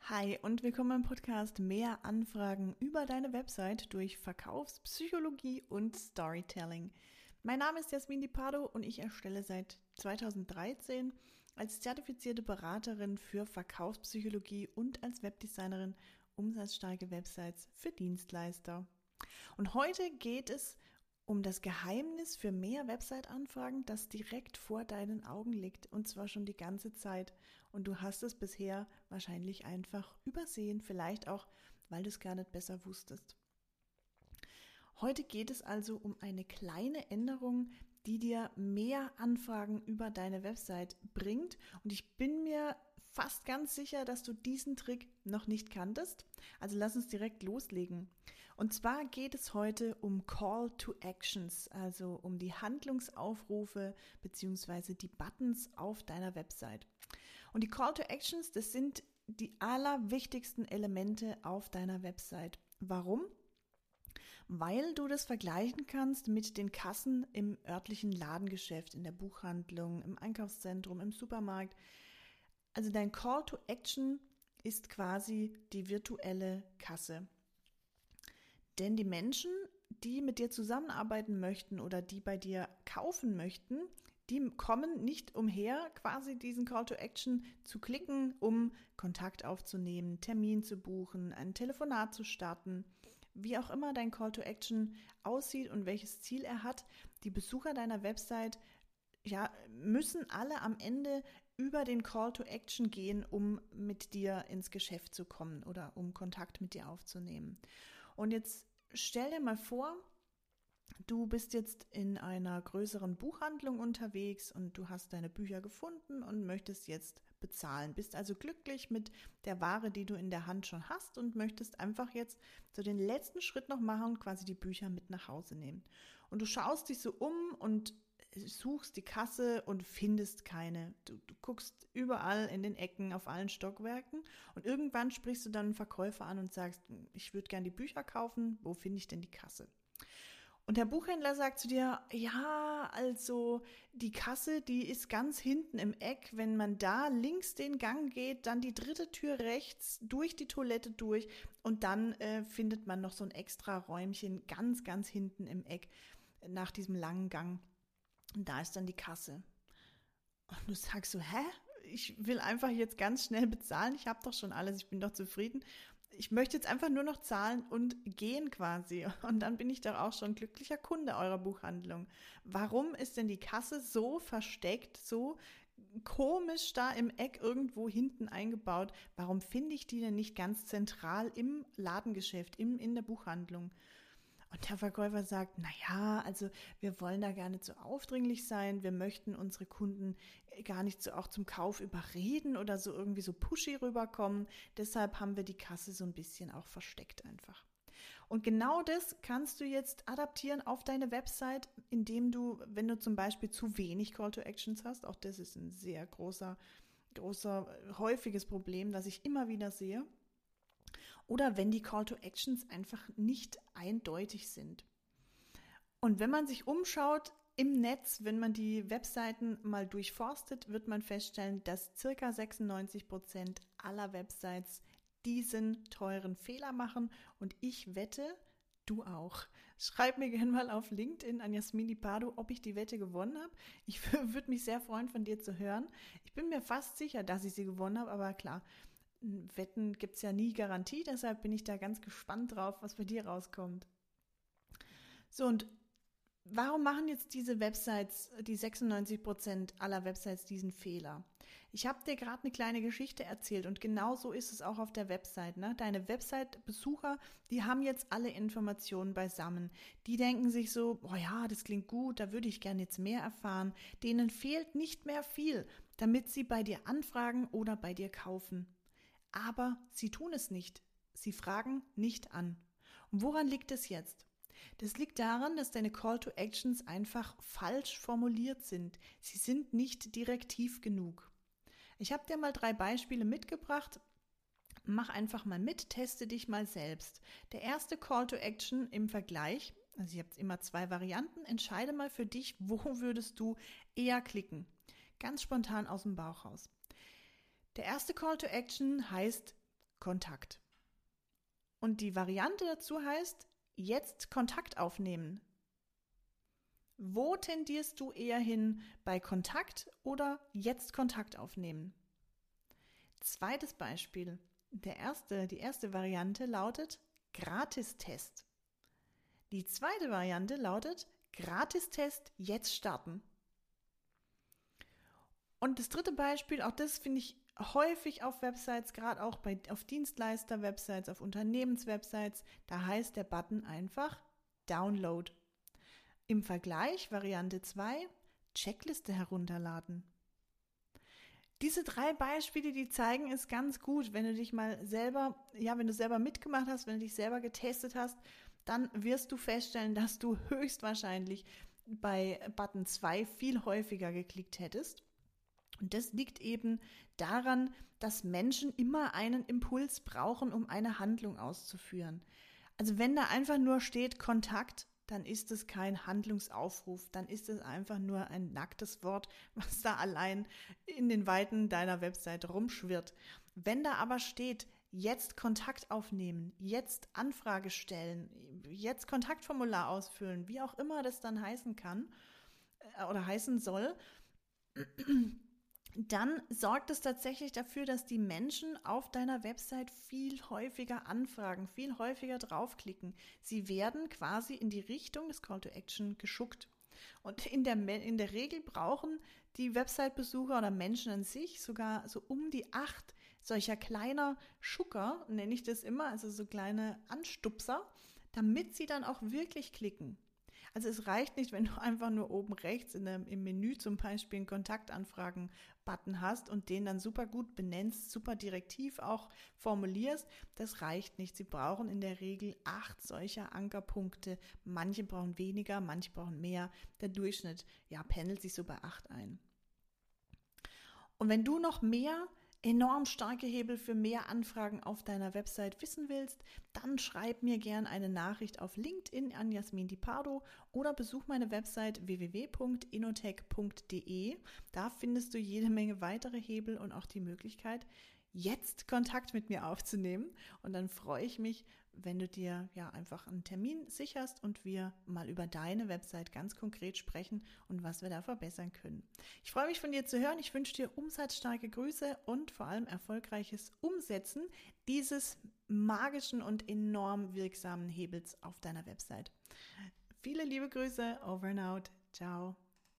Hi und willkommen im Podcast Mehr Anfragen über deine Website durch Verkaufspsychologie und Storytelling. Mein Name ist Jasmin Di Pardo und ich erstelle seit 2013 als zertifizierte Beraterin für Verkaufspsychologie und als Webdesignerin umsatzstarke Websites für Dienstleister. Und heute geht es um das Geheimnis für mehr Website-Anfragen, das direkt vor deinen Augen liegt und zwar schon die ganze Zeit. Und du hast es bisher wahrscheinlich einfach übersehen, vielleicht auch, weil du es gar nicht besser wusstest. Heute geht es also um eine kleine Änderung, die dir mehr Anfragen über deine Website bringt. Und ich bin mir fast ganz sicher, dass du diesen Trick noch nicht kanntest. Also lass uns direkt loslegen. Und zwar geht es heute um Call to Actions, also um die Handlungsaufrufe bzw. die Buttons auf deiner Website. Und die Call to Actions, das sind die allerwichtigsten Elemente auf deiner Website. Warum? Weil du das vergleichen kannst mit den Kassen im örtlichen Ladengeschäft, in der Buchhandlung, im Einkaufszentrum, im Supermarkt. Also dein Call to Action ist quasi die virtuelle Kasse. Denn die Menschen, die mit dir zusammenarbeiten möchten oder die bei dir kaufen möchten, die kommen nicht umher, quasi diesen Call to Action zu klicken, um Kontakt aufzunehmen, Termin zu buchen, ein Telefonat zu starten. Wie auch immer dein Call to Action aussieht und welches Ziel er hat, die Besucher deiner Website müssen alle am Ende über den Call to Action gehen, um mit dir ins Geschäft zu kommen oder um Kontakt mit dir aufzunehmen. Und jetzt stell dir mal vor, du bist jetzt in einer größeren Buchhandlung unterwegs und du hast deine Bücher gefunden und möchtest jetzt bezahlen. Bist also glücklich mit der Ware, die du in der Hand schon hast und möchtest einfach jetzt so den letzten Schritt noch machen und quasi die Bücher mit nach Hause nehmen. Und du schaust dich so um und suchst die Kasse und findest keine. Du guckst überall in den Ecken, auf allen Stockwerken und irgendwann sprichst du dann einen Verkäufer an und sagst, ich würde gern die Bücher kaufen, wo finde ich denn die Kasse? Und der Buchhändler sagt zu dir, ja, also die Kasse, die ist ganz hinten im Eck. Wenn man da links den Gang geht, dann die dritte Tür rechts, durch die Toilette durch und dann findet man noch so ein extra Räumchen ganz, ganz hinten im Eck nach diesem langen Gang. Und da ist dann die Kasse. Und du sagst so, hä? Ich will einfach jetzt ganz schnell bezahlen. Ich habe doch schon alles, ich bin doch zufrieden. Ich möchte jetzt einfach nur noch zahlen und gehen quasi. Und dann bin ich doch auch schon glücklicher Kunde eurer Buchhandlung. Warum ist denn die Kasse so versteckt, so komisch da im Eck irgendwo hinten eingebaut? Warum finde ich die denn nicht ganz zentral im Ladengeschäft, in der Buchhandlung? Und der Verkäufer sagt, na ja, also wir wollen da gar nicht so aufdringlich sein, wir möchten unsere Kunden gar nicht so auch zum Kauf überreden oder so irgendwie so pushy rüberkommen, deshalb haben wir die Kasse so ein bisschen auch versteckt einfach. Und genau das kannst du jetzt adaptieren auf deine Website, indem du, wenn du zum Beispiel zu wenig Call to Actions hast, auch das ist ein sehr großer, häufiges Problem, das ich immer wieder sehe, oder wenn die Call to Actions einfach nicht eindeutig sind. Und wenn man sich umschaut im Netz, wenn man die Webseiten mal durchforstet, wird man feststellen, dass ca. 96% aller Websites diesen teuren Fehler machen. Und ich wette, du auch. Schreib mir gerne mal auf LinkedIn an Jasmin Di Pardo, ob ich die Wette gewonnen habe. Ich würde mich sehr freuen, von dir zu hören. Ich bin mir fast sicher, dass ich sie gewonnen habe, aber klar, Wetten gibt es ja nie Garantie, deshalb bin ich da ganz gespannt drauf, was bei dir rauskommt. So, und warum machen jetzt diese Websites, die 96% aller Websites, diesen Fehler? Ich habe dir gerade eine kleine Geschichte erzählt und genau so ist es auch auf der Website. Ne? Deine Website-Besucher, die haben jetzt alle Informationen beisammen. Die denken sich so, oh ja, das klingt gut, da würde ich gerne jetzt mehr erfahren. Denen fehlt nicht mehr viel, damit sie bei dir anfragen oder bei dir kaufen. Aber sie tun es nicht. Sie fragen nicht an. Und woran liegt es jetzt? Das liegt daran, dass deine Call to Actions einfach falsch formuliert sind. Sie sind nicht direktiv genug. Ich habe dir mal 3 Beispiele mitgebracht. Mach einfach mal mit, teste dich mal selbst. Der erste Call to Action im Vergleich, also ihr habt immer 2 Varianten, entscheide mal für dich, wo würdest du eher klicken. Ganz spontan aus dem Bauch raus. Der erste Call to Action heißt Kontakt. Und die Variante dazu heißt, jetzt Kontakt aufnehmen. Wo tendierst du eher hin, bei Kontakt oder jetzt Kontakt aufnehmen? Zweites Beispiel. Die erste Variante lautet Gratistest. Die zweite Variante lautet Gratistest jetzt starten. Und das dritte Beispiel, auch das finde ich häufig auf Websites, gerade auch auf Dienstleister-Websites, auf Unternehmens-Websites, da heißt der Button einfach Download. Im Vergleich Variante 2, Checkliste herunterladen. Diese 3 Beispiele, die zeigen es ganz gut, wenn du dich mal selber, wenn du selber mitgemacht hast, wenn du dich selber getestet hast, dann wirst du feststellen, dass du höchstwahrscheinlich bei Button 2 viel häufiger geklickt hättest. Und das liegt eben daran, dass Menschen immer einen Impuls brauchen, um eine Handlung auszuführen. Also wenn da einfach nur steht Kontakt, dann ist es kein Handlungsaufruf, dann ist es einfach nur ein nacktes Wort, was da allein in den Weiten deiner Website rumschwirrt. Wenn da aber steht, jetzt Kontakt aufnehmen, jetzt Anfrage stellen, jetzt Kontaktformular ausfüllen, wie auch immer das dann heißen kann oder heißen soll, dann sorgt es tatsächlich dafür, dass die Menschen auf deiner Website viel häufiger anfragen, viel häufiger draufklicken. Sie werden quasi in die Richtung des Call to Action geschuckt. Und in der Regel brauchen die Website-Besucher oder Menschen an sich sogar so um die 8 solcher kleiner Schucker, nenne ich das immer, also so kleine Anstupser, damit sie dann auch wirklich klicken. Also es reicht nicht, wenn du einfach nur oben rechts im Menü zum Beispiel einen Kontaktanfragen-Button hast und den dann super gut benennst, super direktiv auch formulierst. Das reicht nicht. Sie brauchen in der Regel 8 solcher Ankerpunkte. Manche brauchen weniger, manche brauchen mehr. Der Durchschnitt pendelt sich so bei 8 ein. Und wenn du noch mehr enorm starke Hebel für mehr Anfragen auf deiner Website wissen willst, dann schreib mir gerne eine Nachricht auf LinkedIn an Jasmin Di Pardo oder besuch meine Website www.inotech.de. Da findest du jede Menge weitere Hebel und auch die Möglichkeit, jetzt Kontakt mit mir aufzunehmen. Und dann freue ich mich, wenn du dir einfach einen Termin sicherst und wir mal über deine Website ganz konkret sprechen und was wir da verbessern können. Ich freue mich von dir zu hören. Ich wünsche dir umsatzstarke Grüße und vor allem erfolgreiches Umsetzen dieses magischen und enorm wirksamen Hebels auf deiner Website. Viele liebe Grüße, over and out. Ciao.